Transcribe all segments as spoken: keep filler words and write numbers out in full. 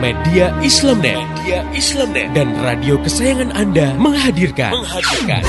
Media Islamnet, Media Islamnet dan radio kesayangan Anda menghadirkan, menghadirkan.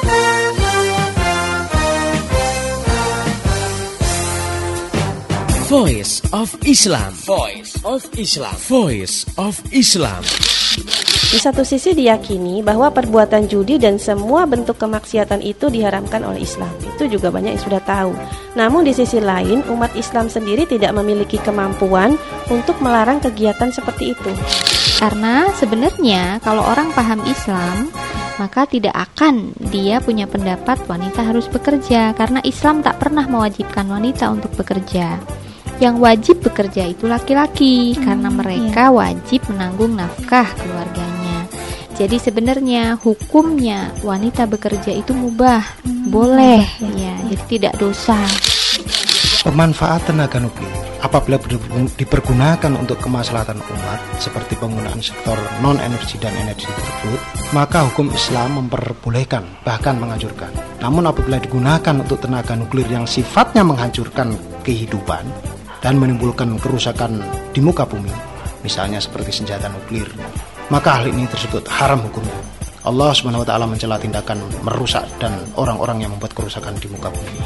Voice of Islam, Voice of Islam, Voice of Islam. Di satu sisi diyakini bahwa perbuatan judi dan semua bentuk kemaksiatan itu diharamkan oleh Islam. Itu juga banyak yang sudah tahu. Namun di sisi lain, umat Islam sendiri tidak memiliki kemampuan untuk melarang kegiatan seperti itu. Karena sebenarnya kalau orang paham Islam, maka tidak akan dia punya pendapat wanita harus bekerja, karena Islam tak pernah mewajibkan wanita untuk bekerja. Yang wajib bekerja itu laki-laki, hmm, karena mereka iya. wajib menanggung nafkah keluarganya. Jadi sebenarnya hukumnya wanita bekerja itu mubah, hmm, boleh, ya, jadi tidak dosa. Pemanfaatan tenaga nuklir apabila dipergunakan untuk kemaslahatan umat seperti penggunaan sektor non-energi dan energi tersebut, maka hukum Islam memperbolehkan, bahkan menganjurkan. Namun apabila digunakan untuk tenaga nuklir yang sifatnya menghancurkan kehidupan dan menimbulkan kerusakan di muka bumi, misalnya seperti senjata nuklir, maka hal ini tersebut haram hukumnya. Allah subhanahu wa taala mencela tindakan merusak dan orang-orang yang membuat kerusakan di muka bumi.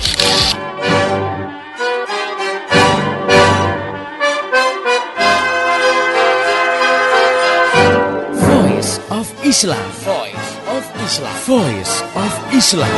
Voice of Islam, Voice of Islam, Voice of Islam.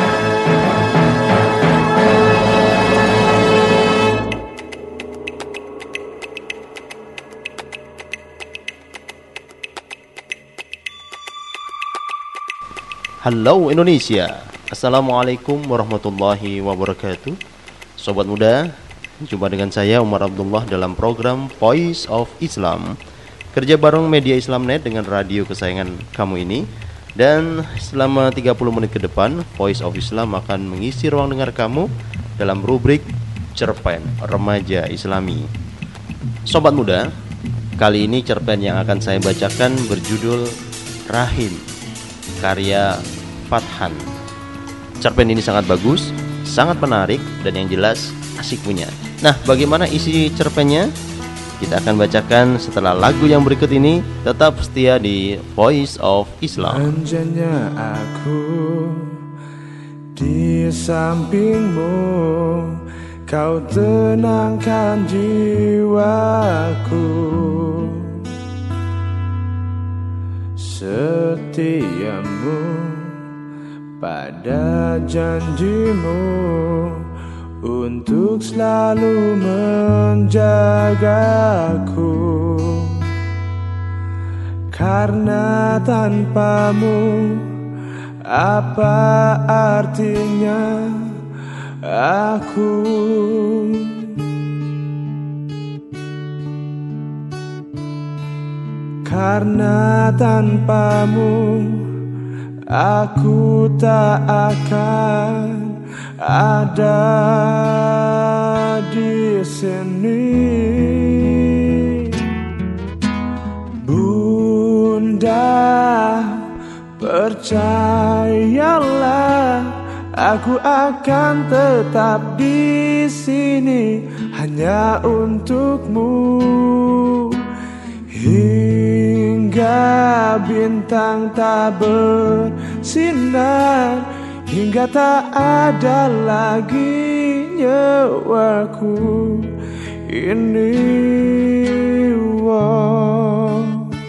Halo Indonesia, Assalamualaikum warahmatullahi wabarakatuh. Sobat muda, jumpa dengan saya Umar Abdullah dalam program Voice of Islam, kerja bareng Media Islamnet dengan radio kesayangan kamu ini. Dan selama tiga puluh menit ke depan, Voice of Islam akan mengisi ruang dengar kamu dalam rubrik Cerpen Remaja Islami. Sobat muda, kali ini cerpen yang akan saya bacakan berjudul Rahim, karya Fathan. Cerpen ini sangat bagus, sangat menarik, dan yang jelas asik punya. Nah, bagaimana isi cerpennya? Kita akan bacakan setelah lagu yang berikut ini. Tetap setia di Voice of Islam. Anjanya aku di sampingmu, kau tenangkan jiwaku. Setiamu pada janjimu untuk selalu menjagaku, karena tanpamu apa artinya aku? Karena tanpamu aku tak akan ada di sini. Bunda, percayalah, aku akan tetap di sini hanya untukmu. Hingga bintang tak bersinar, hingga tak ada lagi nyawaku ini. Wow.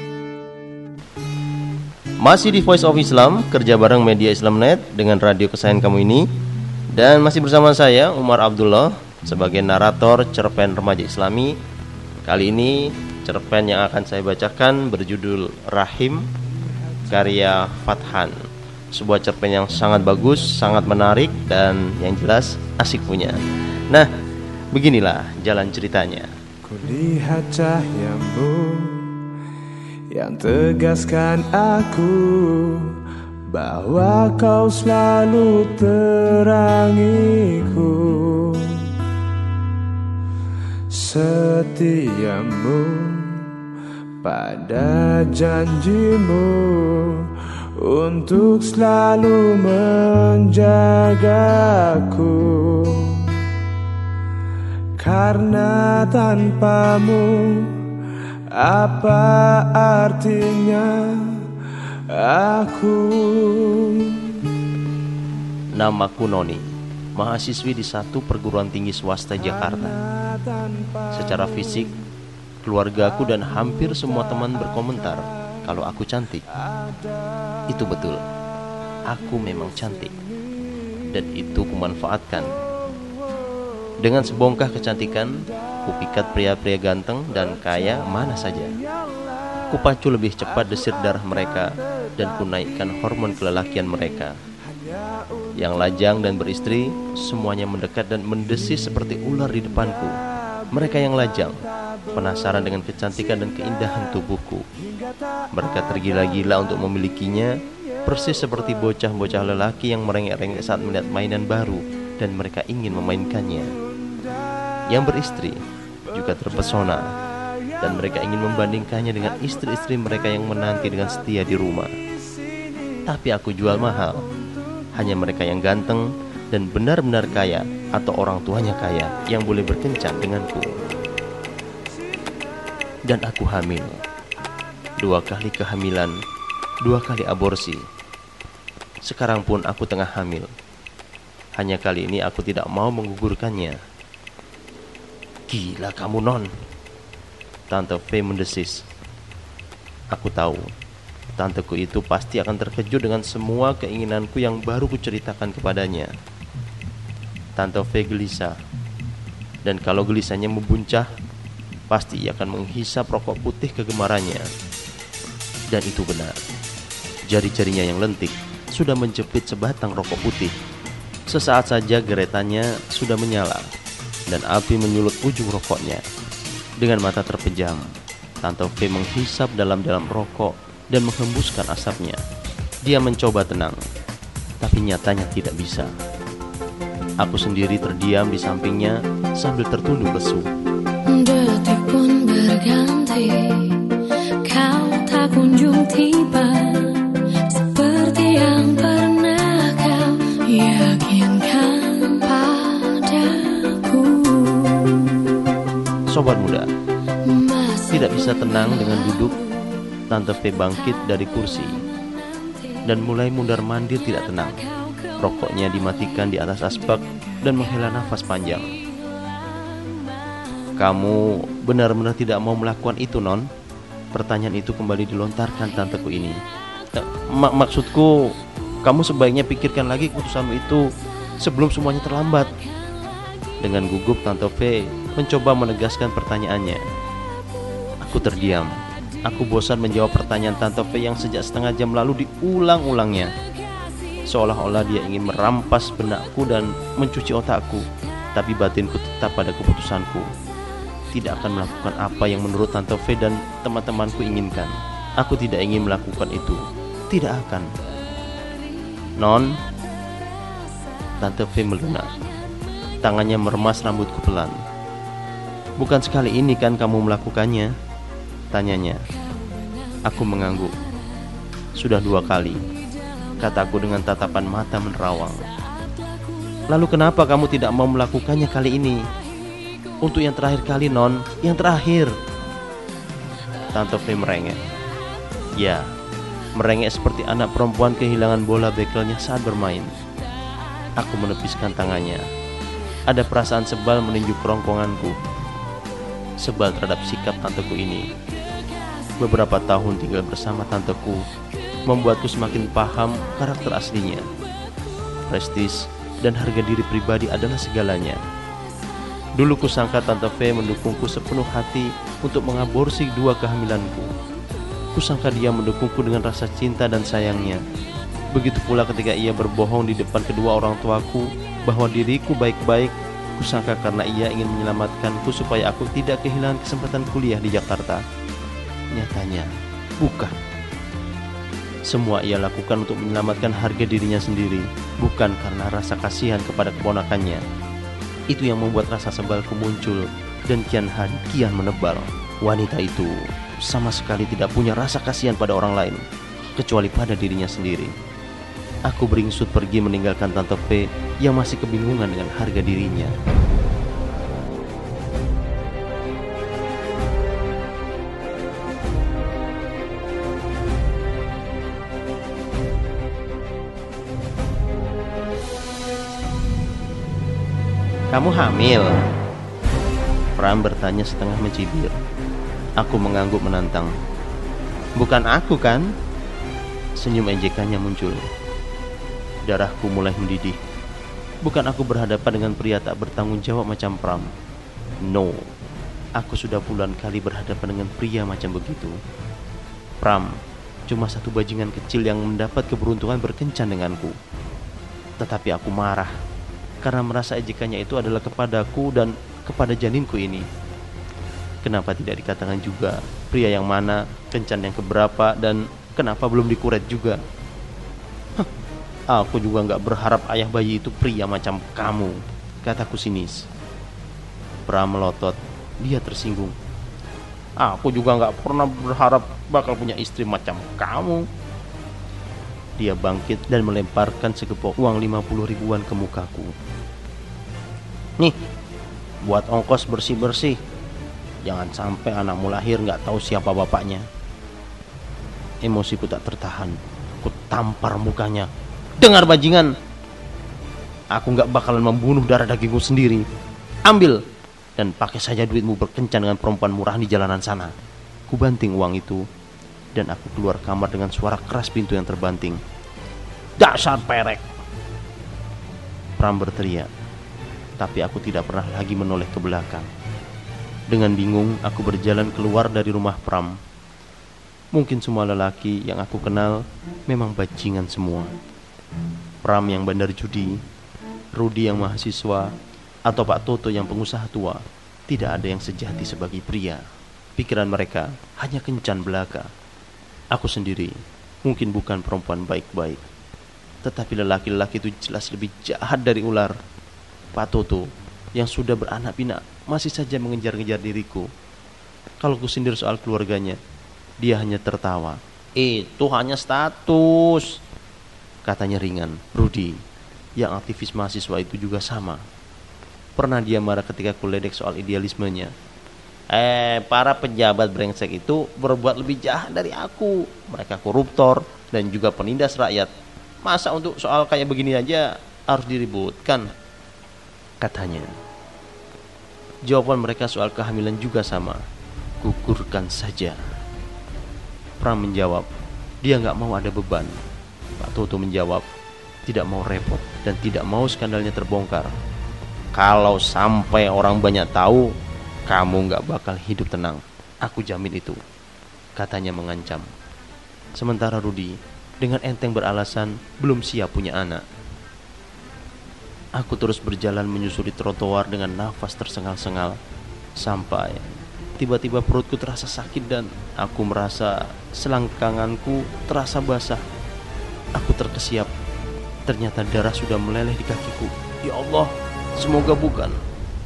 Masih di Voice of Islam, kerja bareng Media Islamnet dengan radio kesayangan kamu ini. Dan masih bersama saya Umar Abdullah sebagai narator cerpen remaja Islami. Kali ini cerpen yang akan saya bacakan berjudul Rahim, karya Fathan. Sebuah cerpen yang sangat bagus, sangat menarik, dan yang jelas asik punya. Nah, beginilah jalan ceritanya. Kulihat cahayamu yang tegaskan aku bahwa kau selalu terangiku. Setiamu pada janjimu untuk selalu menjagaku, karena tanpamu apa artinya aku. Namaku Noni, mahasiswi di satu perguruan tinggi swasta Jakarta. Secara fisik, keluargaku dan hampir semua teman berkomentar kalau aku cantik. Itu betul, aku memang cantik, dan itu kumanfaatkan. Dengan sebongkah kecantikan, kupikat pria-pria ganteng dan kaya mana saja. Kupacu lebih cepat desir darah mereka dan kunaikkan hormon kelelakian mereka. Yang lajang dan beristri, semuanya mendekat dan mendesis seperti ular di depanku. Mereka yang lajang, penasaran dengan kecantikan dan keindahan tubuhku. Mereka tergila-gila untuk memilikinya, persis seperti bocah-bocah lelaki yang merengek-rengek saat melihat mainan baru dan mereka ingin memainkannya. Yang beristri juga terpesona, dan mereka ingin membandingkannya dengan istri-istri mereka yang menanti dengan setia di rumah. Tapi aku jual mahal. Hanya mereka yang ganteng dan benar-benar kaya atau orang tuanya kaya yang boleh berkencan denganku. Dan aku hamil. Dua kali kehamilan, dua kali aborsi. Sekarang pun aku tengah hamil. Hanya kali ini aku tidak mau menggugurkannya. Gila kamu, Non, Tante V mendesis. Aku tahu tanteku itu pasti akan terkejut dengan semua keinginanku yang baru kuceritakan kepadanya. Tante V gelisah, dan kalau gelisahnya membuncah, pasti ia akan menghisap rokok putih kegemarannya. Dan itu benar. Jari-jarinya yang lentik sudah menjepit sebatang rokok putih. Sesaat saja geretannya sudah menyala, dan api menyulut ujung rokoknya. Dengan mata terpejam, Tante V menghisap dalam-dalam rokok dan menghembuskan asapnya. Dia mencoba tenang, tapi nyatanya tidak bisa. Aku sendiri terdiam di sampingnya sambil tertunduk lesu. Detik pun berganti, kau tak kunjung tiba, seperti yang pernah kau yakinkan padaku. Sobat muda, tidak bisa tenang dengan duduk. Tante V bangkit dari kursi dan mulai mundar-mandir tidak tenang. Rokoknya dimatikan di atas asbak dan menghela nafas panjang. Kamu benar-benar tidak mau melakukan itu, Non? Pertanyaan itu kembali dilontarkan tanteku ini. Mak maksudku, kamu sebaiknya pikirkan lagi keputusanmu itu sebelum semuanya terlambat. Dengan gugup Tante V mencoba menegaskan pertanyaannya. Aku terdiam. Aku bosan menjawab pertanyaan Tante V yang sejak setengah jam lalu diulang-ulangnya. Seolah-olah dia ingin merampas benakku dan mencuci otakku. Tapi batinku tetap pada keputusanku. Tidak akan melakukan apa yang menurut Tante V dan teman-temanku inginkan. Aku tidak ingin melakukan itu. Tidak akan. Non, Tante V melunak. Tangannya meremas rambutku pelan. Bukan sekali ini kan kamu melakukannya? Tanyanya. Aku mengangguk. Sudah dua kali, kataku dengan tatapan mata menerawang. Lalu kenapa kamu tidak mau melakukannya kali ini? Untuk yang terakhir kali, Non. Yang terakhir. Tante V merengek. Ya, merengek seperti anak perempuan kehilangan bola bekelnya saat bermain. Aku menepiskan tangannya. Ada perasaan sebal meninju kerongkonganku. Sebal terhadap sikap tanteku ini. Beberapa tahun tinggal bersama tanteku membuatku semakin paham karakter aslinya. Prestis dan harga diri pribadi adalah segalanya. Dulu kusangka Tante V mendukungku sepenuh hati untuk mengaborsi dua kehamilanku. Kusangka dia mendukungku dengan rasa cinta dan sayangnya. Begitu pula ketika ia berbohong di depan kedua orang tuaku bahwa diriku baik-baik. Kusangka karena ia ingin menyelamatkanku supaya aku tidak kehilangan kesempatan kuliah di Jakarta. Nyatanya bukan. Semua ia lakukan untuk menyelamatkan harga dirinya sendiri, bukan karena rasa kasihan kepada keponakannya. Itu yang membuat rasa sebalku muncul, dan kian hari kian menebal. Wanita itu sama sekali tidak punya rasa kasihan pada orang lain, kecuali pada dirinya sendiri. Aku beringsut pergi meninggalkan Tante V yang masih kebingungan dengan harga dirinya. Kamu hamil? Pram bertanya setengah mencibir. Aku mengangguk menantang. Bukan aku kan? Senyum ejekannya muncul. Darahku mulai mendidih. Bukan aku berhadapan dengan pria tak bertanggung jawab macam Pram. No, aku sudah puluhan kali berhadapan dengan pria macam begitu. Pram cuma satu bajingan kecil yang mendapat keberuntungan berkencan denganku. Tetapi aku marah karena merasa ejekannya itu adalah kepadaku dan kepada janinku ini. Kenapa tidak dikatakan juga pria yang mana, kencan yang keberapa, dan kenapa belum dikuret juga? Hah, aku juga gak berharap ayah bayi itu pria macam kamu, kataku sinis. Pram melotot, dia tersinggung. Aku juga gak pernah berharap bakal punya istri macam kamu. Dia bangkit dan melemparkan segepok uang lima puluh ribuan ke mukaku. Nih, buat ongkos bersih-bersih. Jangan sampai anakmu lahir gak tahu siapa bapaknya. Emosiku tak tertahan. Aku tampar mukanya. Dengar bajingan, aku gak bakalan membunuh darah dagingku sendiri. Ambil dan pakai saja duitmu berkencan dengan perempuan murahan di jalanan sana. Ku banting uang itu dan aku keluar kamar dengan suara keras pintu yang terbanting. Dasar perek! Pram berteriak, tapi aku tidak pernah lagi menoleh ke belakang. Dengan bingung aku berjalan keluar dari rumah Pram. Mungkin semua lelaki yang aku kenal memang bajingan semua. Pram yang bandar judi, Rudi yang mahasiswa, atau Pak Toto yang pengusaha tua, tidak ada yang sejati sebagai pria. Pikiran mereka hanya kencan belaka. Aku sendiri mungkin bukan perempuan baik-baik, tetapi lelaki-lelaki itu jelas lebih jahat dari ular. Pak Toto yang sudah beranak pinak masih saja mengejar-ngejar diriku. Kalau ku sindir soal keluarganya, dia hanya tertawa. Itu hanya status, katanya ringan. Rudi yang aktivis mahasiswa itu juga sama. Pernah dia marah ketika ku ledek soal idealismenya. Eh, para pejabat brengsek itu berbuat lebih jahat dari aku. Mereka koruptor dan juga penindas rakyat. Masa untuk soal kayak begini aja harus diributkan, katanya. Jawaban mereka soal kehamilan juga sama. Gugurkan saja. Pram menjawab, dia gak mau ada beban. Pak Toto menjawab, tidak mau repot dan tidak mau skandalnya terbongkar. Kalau sampai orang banyak tahu, kamu gak bakal hidup tenang. Aku jamin itu, katanya mengancam. Sementara Rudi dengan enteng beralasan belum siap punya anak. Aku terus berjalan menyusuri trotoar dengan nafas tersengal-sengal. Sampai tiba-tiba perutku terasa sakit dan aku merasa selangkanganku terasa basah. Aku terkesiap. Ternyata darah sudah meleleh di kakiku. Ya Allah, semoga bukan.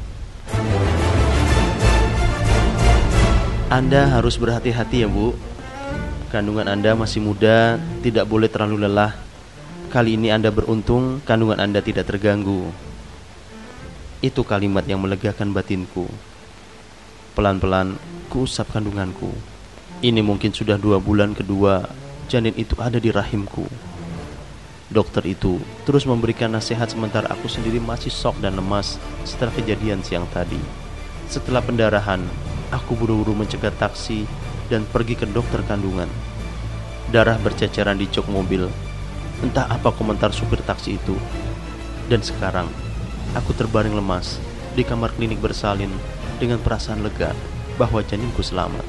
Anda harus berhati-hati ya Bu. Kandungan Anda masih muda, tidak boleh terlalu lelah. Kali ini Anda beruntung, kandungan Anda tidak terganggu. Itu kalimat yang melegakan batinku. Pelan-pelan kuusap kandunganku. Ini mungkin sudah dua bulan kedua janin itu ada di rahimku. Dokter itu terus memberikan nasihat sementara aku sendiri masih shock dan lemas setelah kejadian siang tadi. Setelah pendarahan, aku buru-buru mencegat taksi dan pergi ke dokter kandungan. Darah berceceran di jok mobil. Entah apa komentar supir taksi itu. Dan sekarang aku terbaring lemas di kamar klinik bersalin dengan perasaan lega bahwa janinku selamat.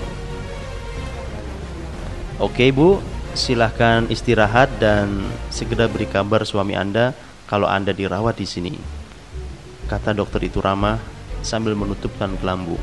Oke Bu, silahkan istirahat dan segera beri kabar suami Anda kalau Anda dirawat di sini, kata dokter itu ramah sambil menutupkan kelambu.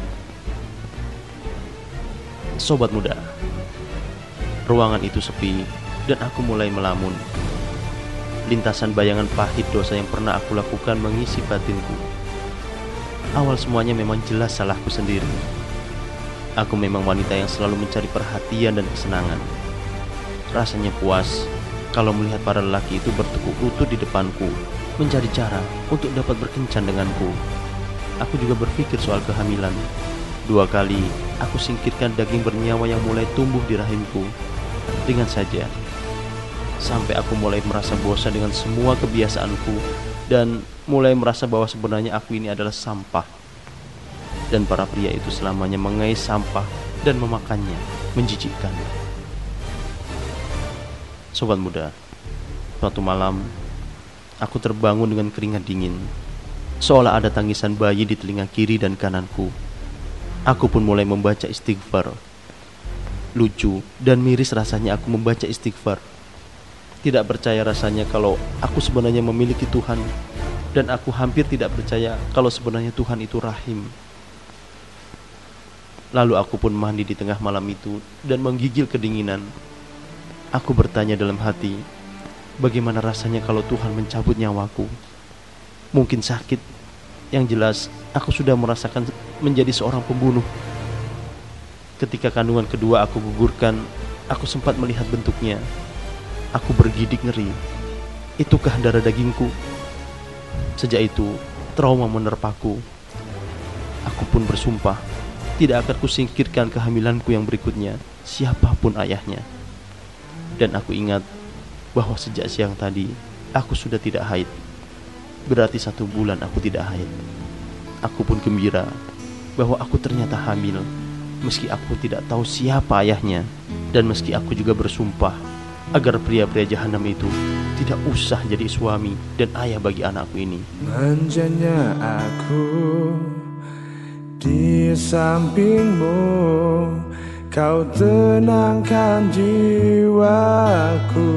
Sobat muda, ruangan itu sepi dan aku mulai melamun. Lintasan bayangan pahit dosa yang pernah aku lakukan mengisi batinku. Awal semuanya memang jelas salahku sendiri. Aku memang wanita yang selalu mencari perhatian dan kesenangan. Rasanya puas kalau melihat para lelaki itu bertekuk lutut di depanku, mencari cara untuk dapat berkencan denganku. Aku juga berpikir soal kehamilan. Dua kali aku singkirkan daging bernyawa yang mulai tumbuh di rahimku. Dengan saja, sampai aku mulai merasa bosan dengan semua kebiasaanku dan mulai merasa bahwa sebenarnya aku ini adalah sampah. Dan para pria itu selamanya mengais sampah dan memakannya, menjijikkan. Sobat muda, suatu malam aku terbangun dengan keringat dingin, seolah ada tangisan bayi di telinga kiri dan kananku. Aku pun mulai membaca istighfar. Lucu dan miris rasanya aku membaca istighfar. Tidak percaya rasanya kalau aku sebenarnya memiliki Tuhan, dan aku hampir tidak percaya kalau sebenarnya Tuhan itu rahim. Lalu aku pun mandi di tengah malam itu dan menggigil kedinginan. Aku bertanya dalam hati, bagaimana rasanya kalau Tuhan mencabut nyawaku? Mungkin sakit. Yang jelas, aku sudah merasakan menjadi seorang pembunuh. Ketika kandungan kedua aku gugurkan, aku sempat melihat bentuknya. Aku bergidik ngeri. Itukah darah dagingku? Sejak itu, trauma menerpaku. Aku pun bersumpah, tidak akan kusingkirkan kehamilanku yang berikutnya, siapapun ayahnya. Dan aku ingat bahwa sejak siang tadi, aku sudah tidak haid. Berarti satu bulan aku tidak haid. Aku pun gembira bahwa aku ternyata hamil, meski aku tidak tahu siapa ayahnya. Dan meski aku juga bersumpah agar pria-pria jahanam itu tidak usah jadi suami dan ayah bagi anakku ini. Manjanya aku di sampingmu, kau tenangkan jiwaku.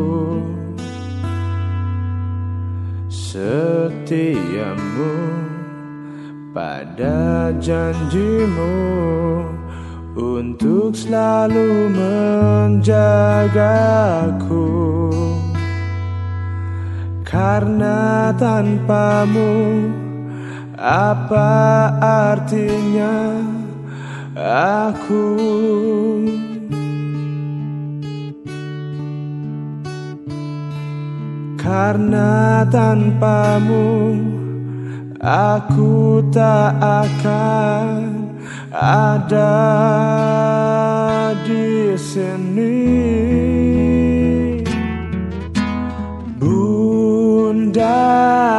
Setiamu pada janjimu untuk selalu menjagaku. Karena tanpamu, apa artinya aku? Karena tanpamu, aku tak akan ada di sini. Bunda,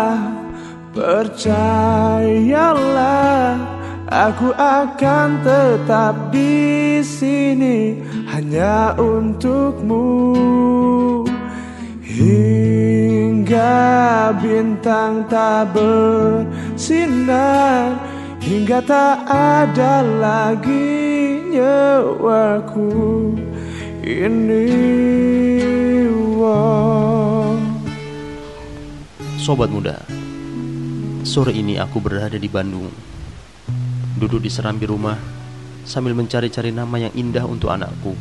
percayalah, aku akan tetap di sini hanya untukmu. Hingga bintang tak bersinar, hingga tak ada lagi nyawaku ini. Wow. Sobat muda, sore ini aku berada di Bandung, duduk di serambi rumah sambil mencari-cari nama yang indah untuk anakku.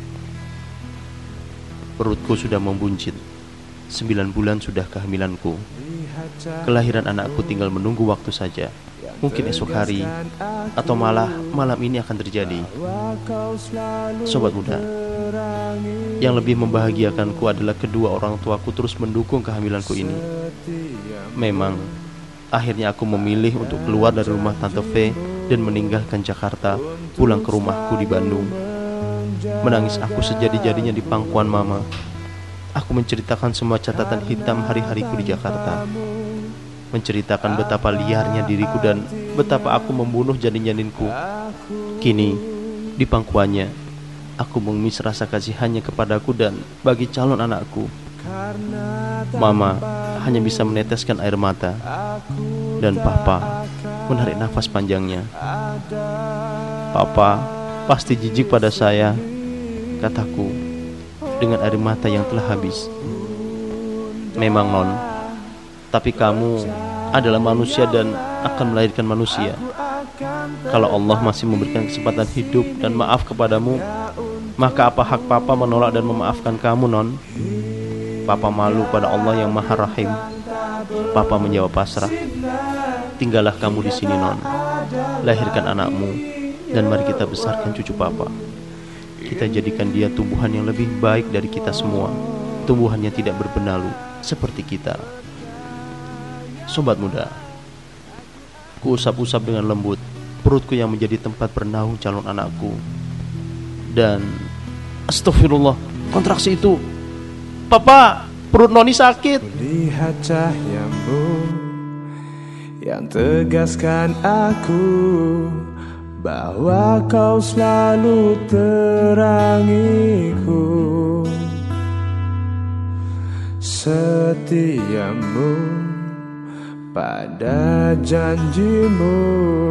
Perutku sudah membuncit. Sembilan bulan sudah kehamilanku. Kelahiran anakku tinggal menunggu waktu saja. Mungkin esok hari atau malah malam ini akan terjadi. Sobat muda, yang lebih membahagiakanku adalah kedua orang tuaku terus mendukung kehamilanku ini. Memang akhirnya aku memilih untuk keluar dari rumah Tante V dan meninggalkan Jakarta, pulang ke rumahku di Bandung. Menangis aku sejadi-jadinya di pangkuan mama. Aku menceritakan semua catatan hitam hari-hariku di Jakarta, menceritakan betapa liarnya diriku dan betapa aku membunuh janin-janinku. Kini, di pangkuannya, aku mengemis rasa kasihannya kepadaku dan bagi calon anakku. Mama hanya bisa meneteskan air mata, dan Papa menarik nafas panjangnya. Papa pasti jijik pada saya, kataku dengan air mata yang telah habis. Memang non, tapi kamu adalah manusia dan akan melahirkan manusia. Kalau Allah masih memberikan kesempatan hidup dan maaf kepadamu, maka apa hak Papa menolak dan memaafkan kamu, non? Papa malu pada Allah yang Maha Rahim. Papa menjawab pasrah. Tinggallah kamu di sini, non. Lahirkan anakmu dan mari kita besarkan cucu Papa. Kita jadikan dia tumbuhan yang lebih baik dari kita semua, tumbuhan yang tidak berbenalu seperti kita. Sobat muda, kuusap-usap dengan lembut perutku yang menjadi tempat bernaung calon anakku. Dan astagfirullah, kontraksi itu, Papa, perut noni sakit. Lihat cahayamu yang tegaskan aku bahwa kau selalu terangiku. Setiamu pada janjimu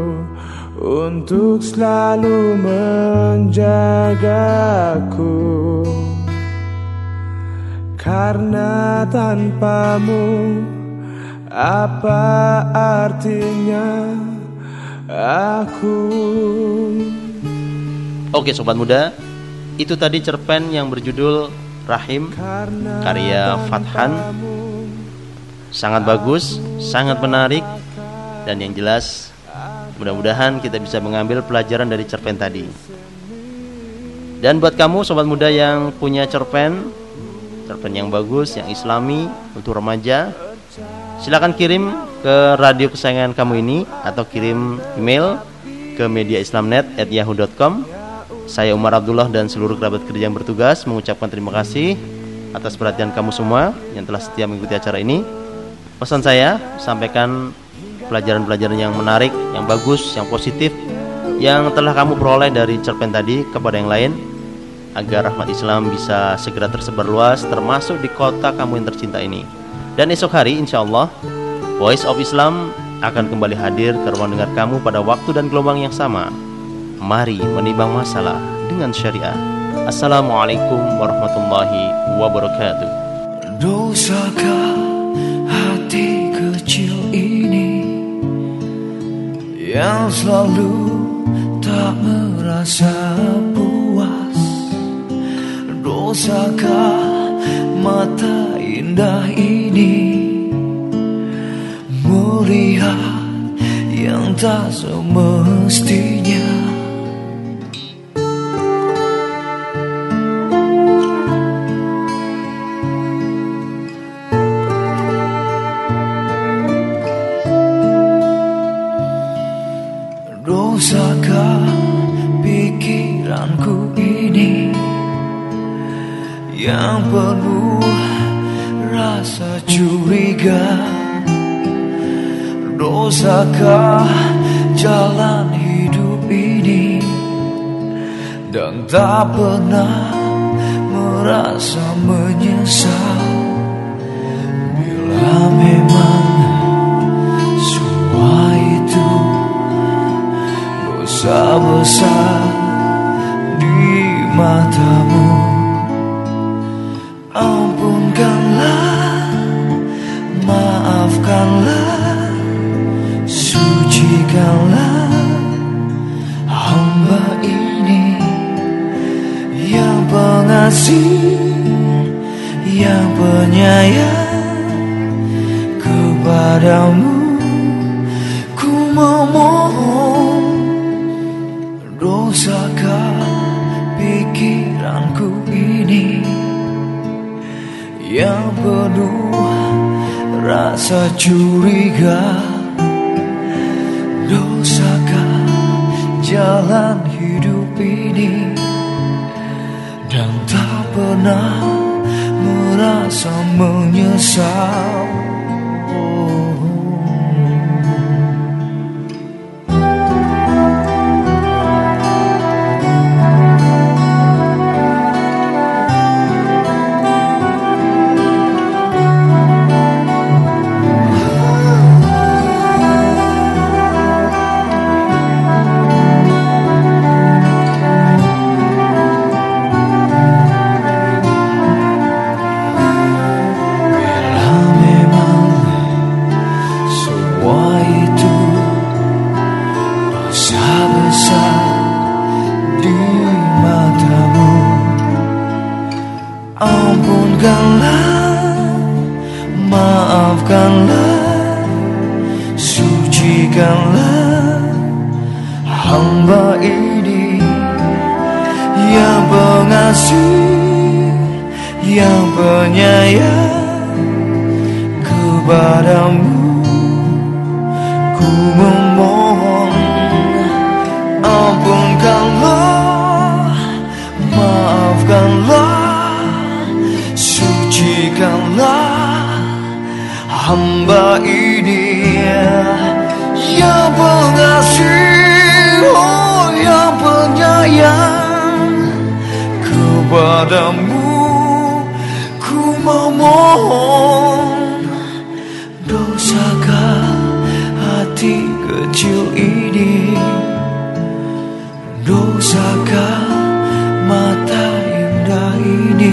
untuk selalu menjagaku. Karena tanpamu apa artinya aku? Oke sobat muda, itu tadi cerpen yang berjudul Rahim karya Fathan. Sangat bagus, sangat menarik, dan yang jelas mudah-mudahan kita bisa mengambil pelajaran dari cerpen tadi. Dan buat kamu sobat muda yang punya cerpen cerpen yang bagus, yang islami untuk remaja, silakan kirim ke radio kesayangan kamu ini atau kirim email ke mediaislamnet at yahoo dot com. Saya Umar Abdullah dan seluruh kerabat kerja yang bertugas mengucapkan terima kasih atas perhatian kamu semua yang telah setia mengikuti acara ini. Pesan saya, sampaikan pelajaran-pelajaran yang menarik, yang bagus, yang positif yang telah kamu peroleh dari cerpen tadi kepada yang lain, agar rahmat Islam bisa segera tersebar luas, termasuk di kota kamu yang tercinta ini. Dan esok hari insya Allah Voice of Islam akan kembali hadir ke ruang dengar kamu pada waktu dan gelombang yang sama. Mari menimbang masalah dengan syariah. Assalamualaikum warahmatullahi wabarakatuh. Dosakah hati kecil ini yang selalu tak merasa puas? Dosakah mata indah ini melihat yang tak semestinya? Dosakah pikiranku ini yang penuh rasa curiga? Dosakah jalan hidup ini dan tak pernah merasa menyesal? Bila memang semua itu dosa besar di matamu, ampunkanlah, maafkanlah, sucikanlah hamba ini yang pengasih, yang penyayang. Kepadamu ku memohon, dosakah pikiranku ini yang penuh rasa curiga? Dosakah jalan hidup ini dan tak pernah merasa menyesal? Ampunkanlah, maafkanlah, sucikanlah hamba ini yang pengasih, yang penyayang. Kepadamu ku memohon, ampunkanlah, maafkanlah, sucikanlah hamba ini yang pengasih, oh yang penyayang, kepadamu ku memohon. Dosakah hati kecil ini, dosakah mata indah ini?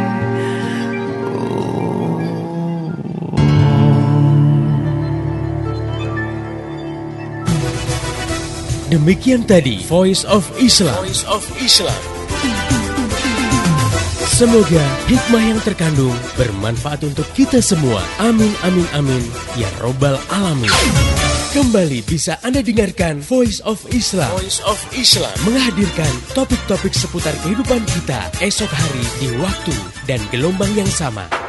Demikian tadi Voice of Islam. Voice of Islam. Semoga hikmah yang terkandung bermanfaat untuk kita semua. Amin, amin, amin. Ya Robbal Alamin. Kembali bisa Anda dengarkan Voice of Islam. Voice of Islam menghadirkan topik-topik seputar kehidupan kita esok hari di waktu dan gelombang yang sama.